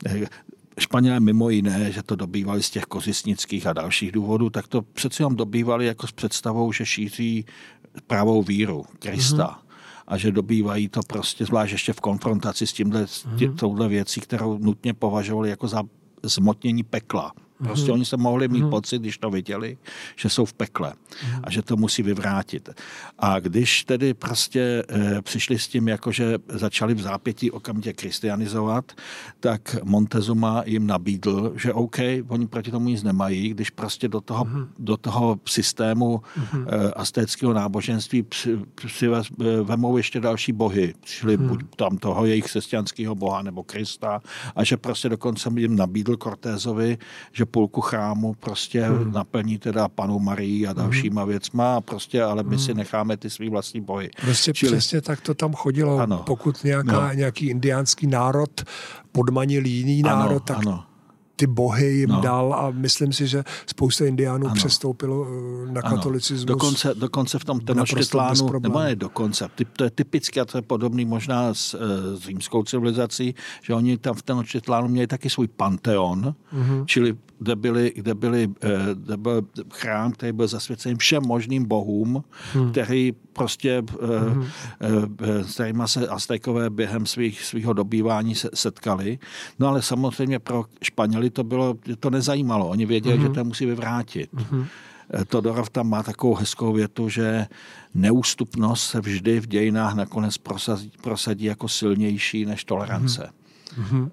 Španělé mimo jiné, že to dobývali z těch kořistnických a dalších důvodů, tak to přeci jenom dobývali jako s představou, že šíří pravou víru Krista. Mm-hmm. A že dobývají to prostě, zvlášť ještě v konfrontaci s tímhle, mm-hmm. touhle věcí, kterou nutně považovali jako za zmotnění pekla. Prostě mm-hmm. oni se mohli mít mm-hmm. pocit, když to viděli, že jsou v pekle mm-hmm. a že to musí vyvrátit. A když tedy prostě e, přišli s tím, jakože začali v zápětí okamžitě kristianizovat, tak Montezuma jim nabídl, že OK, oni proti tomu nic nemají, když prostě do toho, mm-hmm. do toho systému mm-hmm. e, aztéckého náboženství při, při, vemou ještě další bohy. Přišli mm-hmm. buď tam toho jejich křesťanského boha nebo Krista a že prostě dokonce jim nabídl Cortézovi, že půlku chrámu prostě hmm. naplní teda Panu Marii a dalšíma hmm. věcma a prostě, ale my hmm. si necháme ty svý vlastní bohy. Prostě Čili... přesně tak to tam chodilo. Ano. Pokud nějaká, no. nějaký indiánský národ podmanil jiný ano, národ, tak ano. ty bohy jim no. dal a myslím si, že spousta indiánů ano. přestoupilo na katolicismus. Dokonce, dokonce v tom Tenochtitlánu, nebo ne dokonce, to je typické a to je podobný možná s, s římskou civilizací, že oni tam v Tenochtitlánu měli taky svůj panteon, mm-hmm. čili kde, byli, kde, byli, kde byl chrám, který byl zasvěcený všem možným bohům, mm. který prostě, mm. s kterýma se Aztékové během svých, svýho dobývání se, setkali. No ale samozřejmě pro Španěli to bylo, to nezajímalo. Oni věděli, mm. že to musí vyvrátit. Mm. Todorov tam má takovou hezkou větu, že neústupnost se vždy v dějinách nakonec prosadí, prosadí jako silnější než tolerance. Mm. Mm-hmm.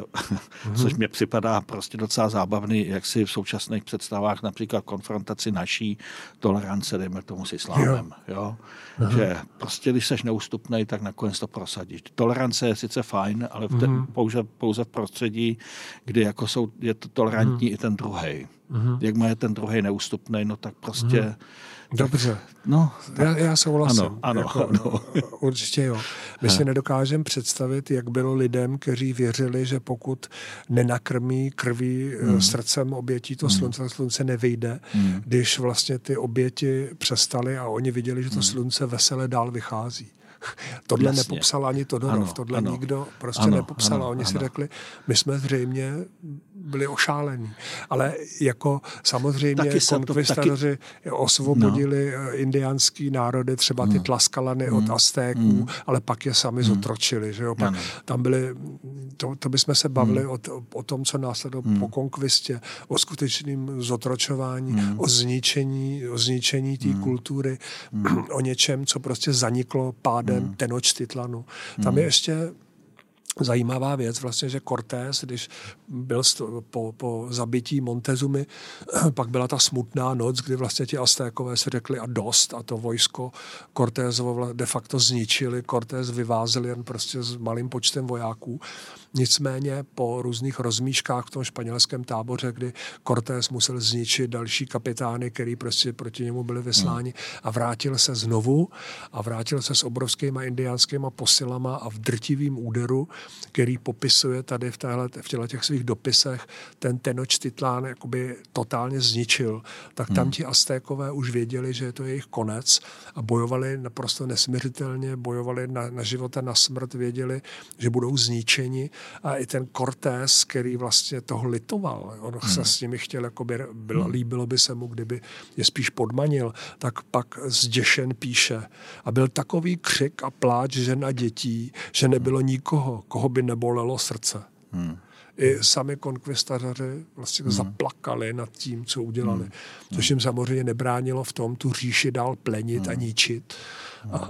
Uh, což mě připadá prostě docela zábavný, jak si v současných představách například konfrontaci naší tolerance, dejme tomu s islámem. Jo? Jo? Že prostě, když seš neústupnej, tak nakonec to prosadíš. Tolerance je sice fajn, ale v te, mm-hmm. pouze, pouze v prostředí, kdy jako jsou, je to tolerantní mm-hmm. i ten druhej. Mm-hmm. Jak má je ten druhej neústupnej, no tak prostě... Mm-hmm. Dobře. No, já, já souhlasím. Ano, ano, jako, ano. Určitě jo. My si nedokážeme představit, jak bylo lidem, kteří věřili, že pokud nenakrmí krví hmm. srdcem obětí, to slunce, hmm. slunce nevyjde, hmm. když vlastně ty oběti přestaly a oni viděli, že to slunce vesele dál vychází. Tohle Jasně. nepopsal ani Todorov, ano, tohle ano. nikdo prostě ano, nepopsal. ano, a oni ano. si řekli, my jsme zřejmě byli ošálení. Ale jako samozřejmě konkvistadoři taky... osvobodili no. indiánský národy, třeba ty Tlaskalany mm. od Aztéků, mm. ale pak je sami mm. zotročili. Že jo? Pak ano. tam byly, to, to bychom se bavili mm. o, o tom, co následovalo mm. po konkvistě, o skutečným zotročování, mm. o zničení, o zničení té mm. kultury, mm. o něčem, co prostě zaniklo pádem mm. Tenochtitlanu. Tam mm. je ještě zajímavá věc vlastně, že Cortés, když byl po, po zabití Montezumy, pak byla ta smutná noc, kdy vlastně ti Aztékové si řekli a dost a to vojsko Cortézovo de facto zničili. Cortés vyvázil jen prostě s malým počtem vojáků. Nicméně po různých rozmíškách v tom španělském táboře, kdy Cortés musel zničit další kapitány, který prostě proti němu byli vysláni a vrátil se znovu a vrátil se s obrovskýma indiánskýma posilama a v drtivým úderu, který popisuje tady v, téhle, v těchto těch svých dopisech, ten Tenochtitlán jakoby totálně zničil. Tak tam ti Aztékové už věděli, že je to jejich konec a bojovali naprosto nesmiřitelně, bojovali na, na život a na smrt, věděli, že budou zničeni. A i ten Cortés, který vlastně toho litoval, on hmm. se s nimi chtěl, jakoby, bylo, líbilo by se mu, kdyby je spíš podmanil, tak pak zděšen píše. A byl takový křik a pláč žen a dětí, že nebylo nikoho, koho by nebolelo srdce. Hmm. I sami konkvistadoři vlastně hmm. zaplakali nad tím, co udělali. Hmm. Což jim samozřejmě nebránilo v tom tu říši dál plenit hmm. a ničit. Hmm. A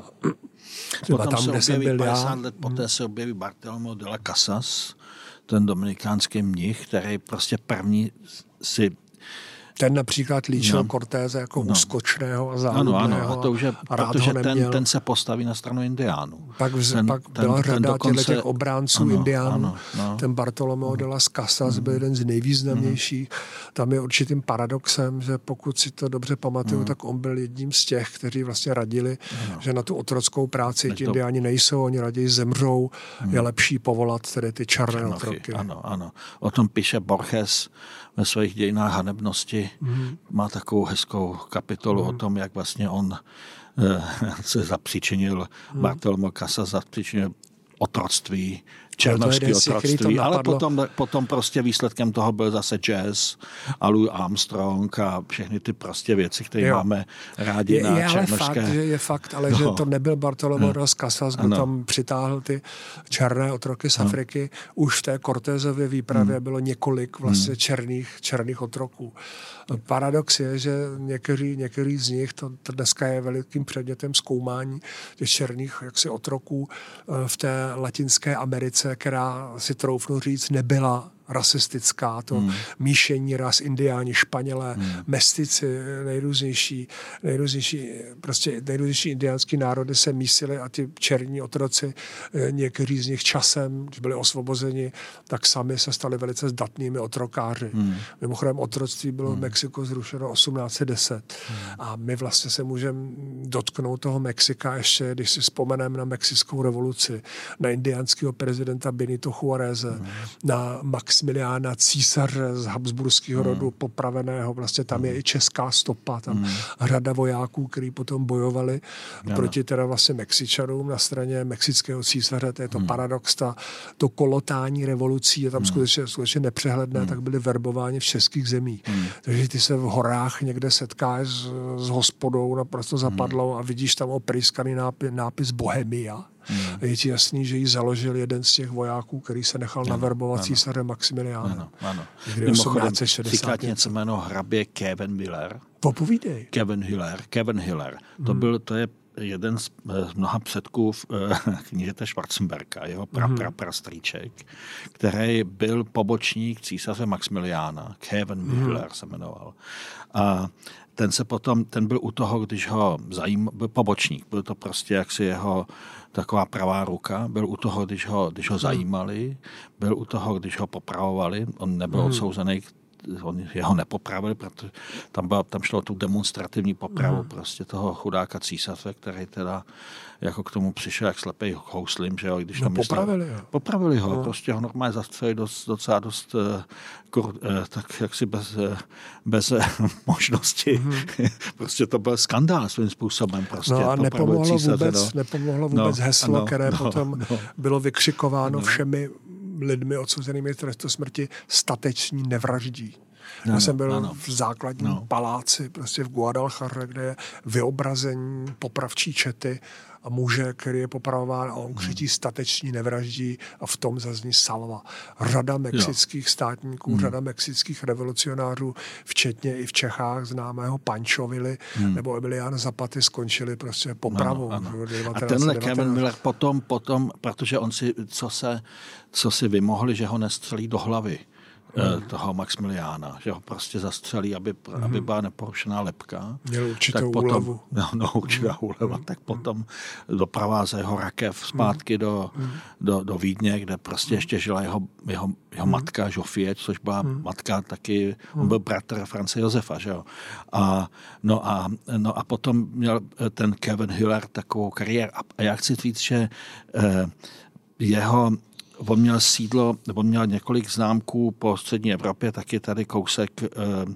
Potom tam, se objeví padesát let poté se objeví Bartolomé de las Casas, ten dominikánský mnich, který prostě první si... Ten například líčil no. Cortéze jako no. úskočného a záludného. Ano, ano, a to už je, a rád protože ho neměl. ten, ten se postaví na stranu indiánů. Pak, ten, pak ten, byla ten, řada dokonce, těch obránců ano, indiánů. Ano, no. Ten Bartolomé de las Casas mm. byl jeden z nejvýznamnějších. Mm. Tam je určitým paradoxem, že pokud si to dobře pamatuju, mm. tak on byl jedním z těch, kteří vlastně radili, ano. že na tu otrockou práci ti to... indiáni nejsou, oni raději zemřou, mm. je lepší povolat tedy ty černé otroky. Ano, ano. O tom píše Borges ve svých dějinách hanebnosti. Mm. Má takovou hezkou kapitolu mm. o tom, jak vlastně on eh, se zapříčinil, mm. Bartolomé Casas zapříčinil otroctví, černošské otroctví, ale potom, potom prostě výsledkem toho byl zase jazz a Louis Armstrong a všechny ty prostě věci, které jo. máme rádi je, na je černošské. Ale fakt, že je fakt, ale no. že to nebyl Bartolomé de las Casas, kdo tam přitáhl ty černé otroky z Afriky. No. Už v té Cortézově výpravě hmm. bylo několik vlastně hmm. černých, černých otroků. Paradox je, že některý, některý z nich, to, to dneska je velikým předmětem zkoumání těch černých jaksi otroků v té Latinské Americe, která si troufnu říct nebyla rasistická, to hmm. míšení ras, indiáni, Španělé, hmm. mestici, nejrůznější, nejrůznější, prostě nejrůznější indiánský národy se mísili a ty černí otroci, někteří z nich časem, když byli osvobozeni, tak sami se stali velice zdatnými otrokáři. Hmm. Mimochodem otroctví bylo hmm. v Mexiku zrušeno osmnáct set deset hmm. a my vlastně se můžeme dotknout toho Mexika ještě, když si vzpomeneme na Mexickou revoluci, na indiánského prezidenta Benito Juáreze, hmm. na Max Maximiliána císaře z habsburského hmm. rodu popraveného. Vlastně tam je i česká stopa. Tam hmm. řada vojáků, kteří potom bojovali ano. proti teda vlastně Mexičanům na straně mexického císaře. To je to hmm. paradox. Ta, to kolotání revolucí je tam hmm. skutečně, skutečně nepřehledné, hmm. tak byli verbováni v českých zemích. Hmm. Takže ty se v horách někde setkáš s, s hospodou naprosto zapadlou hmm. a vidíš tam oprýskaný nápis, nápis Bohemia. Hmm. Je ti jasný, že ji založil jeden z těch vojáků, který se nechal ano, naverbovat císařem Maximiliánem. Ano, ano. Mimochodem, říkat něco jméno hrabě Kevin Hiller. Popovídej. Kevin Hiller. Kevin Hiller. To, hmm. byl, to je jeden z, z mnoha předků knížete Schwarzenberga, jeho pra, pra, prastrýček, který byl pobočník císaře Maximiliána. Kevin hmm. Hiller se jmenoval. A ten se potom, ten byl u toho, když ho zajímal, byl pobočník, byl to prostě jaksi jeho taková pravá ruka, byl u toho, když ho, když ho zajímali, byl u toho, když ho popravovali, on nebyl hmm. odsouzený oni jeho nepopravili, protože tam, byla, tam šlo o tu demonstrativní popravu mm. prostě toho chudáka císaře, který teda jako k tomu přišel jak slepej houslim, že jo, když no, tam popravili, myslel, jo. Popravili ho, no. prostě ho normálně zastřelili dost, docela dost kur, tak jaksi bez, bez možnosti. Mm. Prostě to byl skandál svým způsobem. Prostě no a nepomohlo císaře, vůbec, no. nepomohlo vůbec no, heslo, no, které no, potom no. bylo vykřikováno no. všemi lidmi odsouzenými k trestu smrti, stateční nevraždí. Já no, jsem byl no, no. v základním no. paláci, prostě v Guadalajare, kde je vyobrazení popravčí čety a muže, který je popravován a on křičí stateční nevraždí a v tom zazní salva. Řada mexických jo. státníků, hmm. řada mexických revolucionářů, včetně i v Čechách známého Pancho Villa hmm. nebo Emiliano Zapaty skončili prostě popravou. No, no. A tenhle Kevin Miller potom, potom, protože on si, co se, co si vymohli, že ho nestřelí do hlavy. Hmm. toho Maximiliána, že ho prostě zastřelí, aby, hmm. aby byla neporušená lebka. Měl určitou tak potom, úlevu. No, no určitá hmm. úleva. Tak potom doprovází ho rakev zpátky hmm. do, do, do Vídně, kde prostě ještě žila jeho, jeho, jeho hmm. matka Žofie, což byla hmm. matka taky, hmm. on byl bratr France Josefa, že jo. A, no, a, no a potom měl ten Kevin Hiller takovou kariéru. A já chci říct, že eh, jeho on měl sídlo, on měl několik známků po střední Evropě, taky tady kousek eh,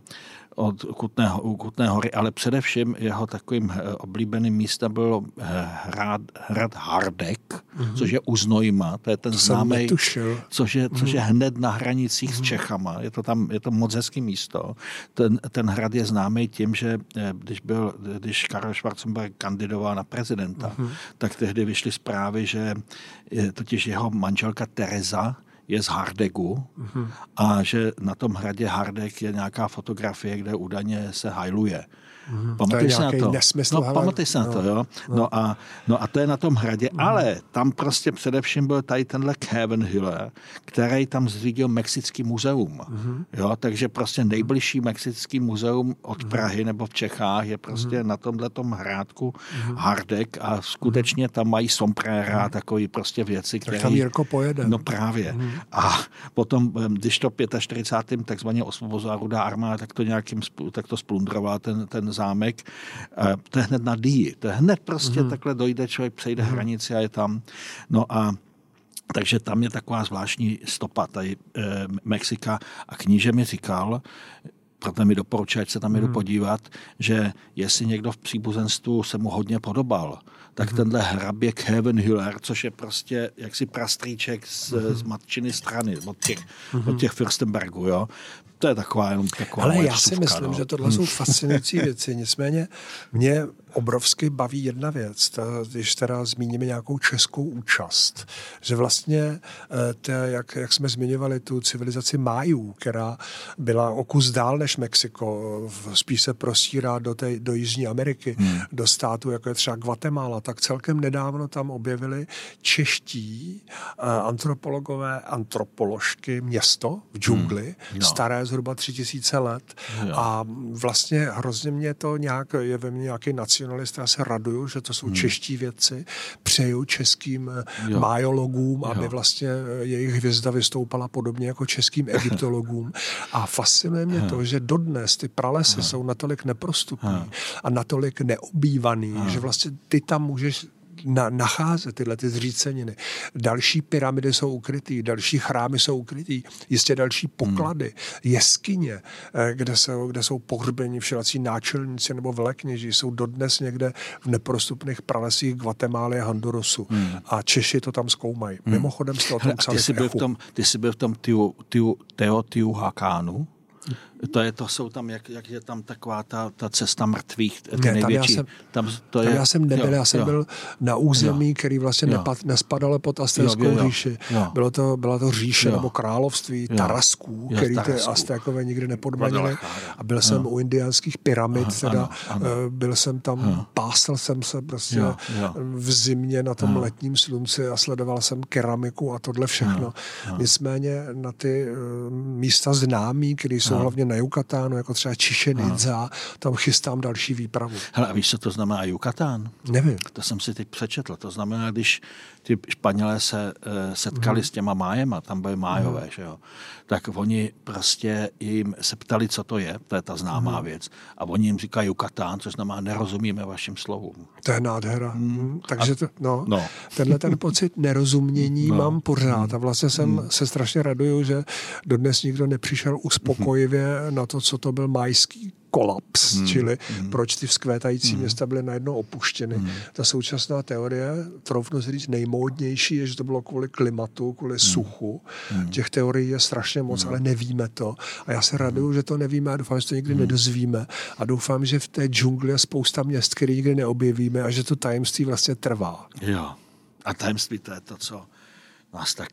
od Kutné, Kutné hory, ale především jeho takovým oblíbeným místem byl hrad, hrad Hardek, mm-hmm. což je u Znojma, to je ten známý, což je, což je hned na hranicích mm-hmm. s Čechama. Je to tam, je to moc hezký místo. Ten, ten hrad je známý tím, že když byl, když Karel Schwarzenberg kandidoval na prezidenta, mm-hmm. tak tehdy vyšly zprávy, že totiž jeho manželka Tereza je z Hardegu mm-hmm. a že na tom hradě Hardek je nějaká fotografie, kde údajně se hajluje. Mm-hmm. Pamatuješ se na to? Nesmysl, no, pamatuješ se na to, jo? No. No, a, no a to je na tom hradě, mm-hmm. ale tam prostě především byl tady tenhle Kevin Hiller, který tam zřídil Mexický muzeum. Mm-hmm. Jo? Takže prostě nejbližší Mexický muzeum od mm-hmm. Prahy nebo v Čechách je prostě mm-hmm. na tomhletom hrádku mm-hmm. Hardek a skutečně tam mají sombrera a takový prostě věci, které... Tak tam Jirko pojede. No právě. Mm-hmm. A potom, když to čtyřicátým pátým takzvaně osvobozila Rudá armáda, tak to nějakým, tak to splundroval ten, ten zámek. To je hned na Dii. To je hned prostě mm-hmm. takhle dojde, člověk přejde mm-hmm. hranici a je tam. No a takže tam je taková zvláštní stopa tady e, Mexika a kníže mi říkal, proto mi doporučuje, ať se tam jdu mm-hmm. podívat, že jestli někdo v příbuzenstvu se mu hodně podobal, tak mm-hmm. tenhle hrabě Kevin Hiller, což je prostě jaksi prastrýček z, mm-hmm. z matčiny strany, od těch, mm-hmm. od těch Fürstenbergů, jo. To je taková jenom taková Ale já vstupka, si myslím, no. že tohle jsou fascinující věci. Nicméně mě obrovsky baví jedna věc, ta, když teda zmíníme nějakou českou účast, že vlastně, ta, jak, jak jsme zmiňovali tu civilizaci Májů, která byla o kus dál než Mexiko, spíš se prostírá do, té, do Jižní Ameriky, hmm. do států, jako je třeba Guatemala, tak celkem nedávno tam objevili čeští antropologové, antropoložky město v džungli, hmm. no. staré zhruba tři tisíce let. Jo. A vlastně hrozně mě to nějak, je ve mně nějaký nacionalista, já se raduju, že to jsou hmm. čeští vědci, přeju českým jo. májologům, aby jo. vlastně jejich hvězda vystoupala podobně jako českým egyptologům. A fascinuje mě jo. to, že dodnes ty pralesy jo. jsou natolik neprostupný jo. a natolik neobývaný, jo. že vlastně ty tam můžeš Na, nacházet tyhle ty zříceniny. Další pyramidy jsou ukrytý, další chrámy jsou ukrytý, jistě další poklady, hmm. jeskyně, kde jsou, kde jsou pohřbeni všelací náčelníci nebo velekněži, jsou dodnes někde v neprostupných pralesích Guatemály a Hondurasu. Hmm. A Češi to tam zkoumají. Hmm. Mimochodem jste o tom psali ty jsi byl v tom, ty jsi byl v tom tiu, tiu, Teotihuacanu? To, je, to jsou tam, jak, jak je tam taková ta, ta cesta mrtvých, ty ne, největší. Tam já jsem, tam to tam je, já jsem nebyl, jo, já jsem jo. byl na území, jo. který vlastně nepad, nespadalo pod Aztéckou říši. Bylo to, byla to říše jo. nebo království jo. Tarasků, jo, který ty Aztékové nikdy nepodmanili. A byl jo. jsem u indiánských pyramid, aha, teda ano, ano. byl jsem tam, jo. pásl jsem se prostě jo, jo. v zimě na tom jo. letním slunci a sledoval jsem keramiku a tohle všechno. Jo, jo. Nicméně na ty uh, místa známí, které jsou jo. hlavně na Yucatánu, jako třeba Chichén Itzá, tam chystám další výpravu. Hele, a víš, co to znamená Yucatán? Nevím. To jsem si teď přečetl. To znamená, když ty Španělé se uh, setkali mm. s těma májema, tam byly májové, mm. že jo, tak oni prostě jim se ptali, co to je, to je ta známá mm. věc, a oni jim říkají Yucatán, což znamená, nerozumíme vašim slovům. To je nádhera. Mm. Takže to, no, no. tenhle ten pocit nerozumění no. mám pořád a vlastně jsem mm. se strašně raduju, že dodnes nikdo nepřišel uspokojivě mm. na to, co to byl majský kolaps, hmm. čili hmm. proč ty vzkvétající hmm. města byly najednou opuštěny. Hmm. Ta současná teorie, troufnu si říct, nejmódnější je, že to bylo kvůli klimatu, kvůli hmm. suchu. Hmm. Těch teorií je strašně moc, hmm. ale nevíme to. A já se raduju, že to nevíme a doufám, že to nikdy hmm. nedozvíme. A doufám, že v té džungli je spousta měst, které nikdy neobjevíme a že to tajemství vlastně trvá. Jo. A tajemství to je to, co nás tak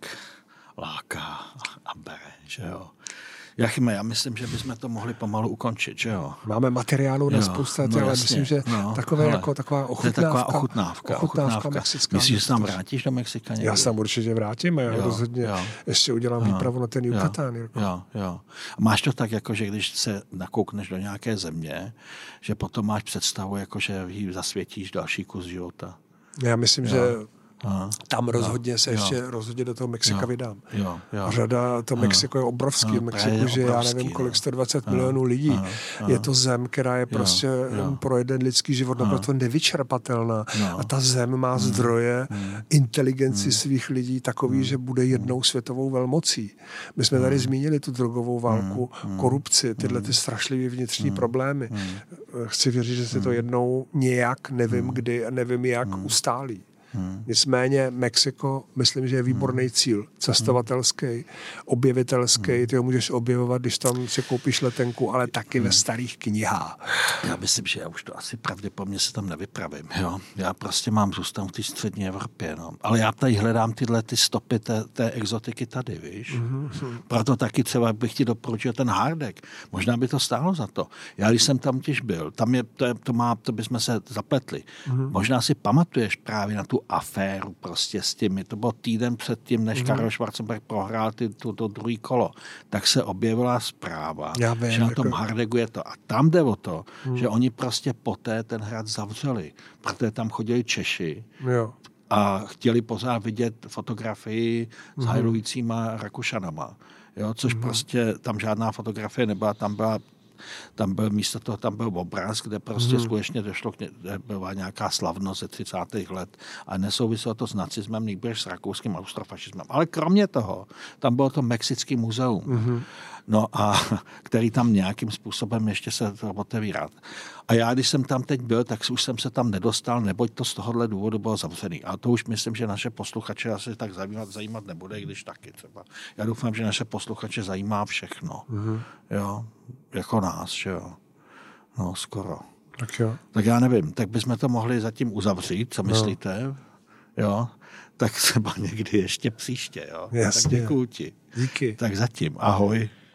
láká a bere, že jo. Jachime, já myslím, že bychom to mohli pomalu ukončit, že jo? Máme materiálu na spoustu, no, ale myslím, že no, takové hele, jako taková ochutnávka. To je taková ochutnávka. ochutnávka, ochutnávka mexická. Myslíš, že se tam vrátíš do Mexika někdy? Já se tam určitě vrátím a já jo, rozhodně jo. ještě udělám jo, výpravu na ten Yucatán. Jo, jo, jo. A máš to tak, jako, že když se nakoukneš do nějaké země, že potom máš představu, jako, že jí zasvětíš další kus života. Já myslím, jo. že Aha. tam rozhodně jo, se ještě jo. rozhodně do toho Mexika jo, vydám. Jo, jo. Řada, to Mexiko je obrovský. Jo, v Mexiku žije, já nevím, kolik, sto dvacet milionů lidí. Jo, jo. Je to zem, která je jo, prostě jo. pro jeden lidský život naprosto nevyčerpatelná. Jo. A ta zem má zdroje hmm. inteligenci hmm. svých lidí takový, hmm. že bude jednou světovou velmocí. My jsme tady zmínili tu drogovou válku, hmm. korupci, tyhle ty strašlivé vnitřní hmm. problémy. Hmm. Chci věřit, že se to jednou nějak, nevím hmm. kdy a nevím jak, hmm. ustálí. Hmm. Nicméně Mexiko, myslím, že je výborný cíl. Cestovatelský, objevitelský, hmm. ty ho můžeš objevovat, když tam si koupíš letenku, ale taky hmm. ve starých knihách. Já myslím, že já už to asi pravděpodobně se tam nevypravím. Jo? Já prostě mám zůstat v té střední Evropě. No. Ale já tady hledám tyhle ty stopy té, té exotiky tady, víš. Hmm. Proto taky třeba bych ti doporučil ten Hardek. Možná by to stálo za to. Já když jsem tam těž byl, tam je, to, je, to, má, to bychom se zapletli. Hmm. Možná si pamatuješ právě na tu aféru prostě s těmi. To bylo týden před tím, než mm. Karel Schwarzenberg prohrál ty, to, to druhý kolo. Tak se objevila zpráva, vím, že na tom jako... Hardegu je to. A tam jde o to, mm. že oni prostě poté ten hrad zavřeli, protože tam chodili Češi jo. a chtěli pořád vidět fotografii mm. s hajlujícíma Rakušanama. Jo, což mm. prostě tam žádná fotografie nebyla, tam byla Tam byl místo toho, tam byl obraz, kde prostě hmm. skutečně došlo, byla nějaká slavnost ze třicátých let a nesouviselo to s nacismem, nejbrž s rakouským austrofašismem. Ale kromě toho, tam bylo to Mexický muzeum, hmm. no a který tam nějakým způsobem ještě se otevírá. A já, když jsem tam teď byl, tak už jsem se tam nedostal, neboť to z tohohle důvodu bylo zavřený. A to už myslím, že naše posluchače asi tak zajímat, zajímat nebude, když taky třeba. Já doufám, že naše posluchače zajímá všechno. Mm-hmm. Jo, jako nás, že jo. No, skoro. Tak jo. Tak já nevím, tak bychom to mohli zatím uzavřít, co myslíte? No. Jo, tak třeba někdy ještě příště, jo. Jasně. Tak děkuju ti. Díky. Tak zatím, ahoj.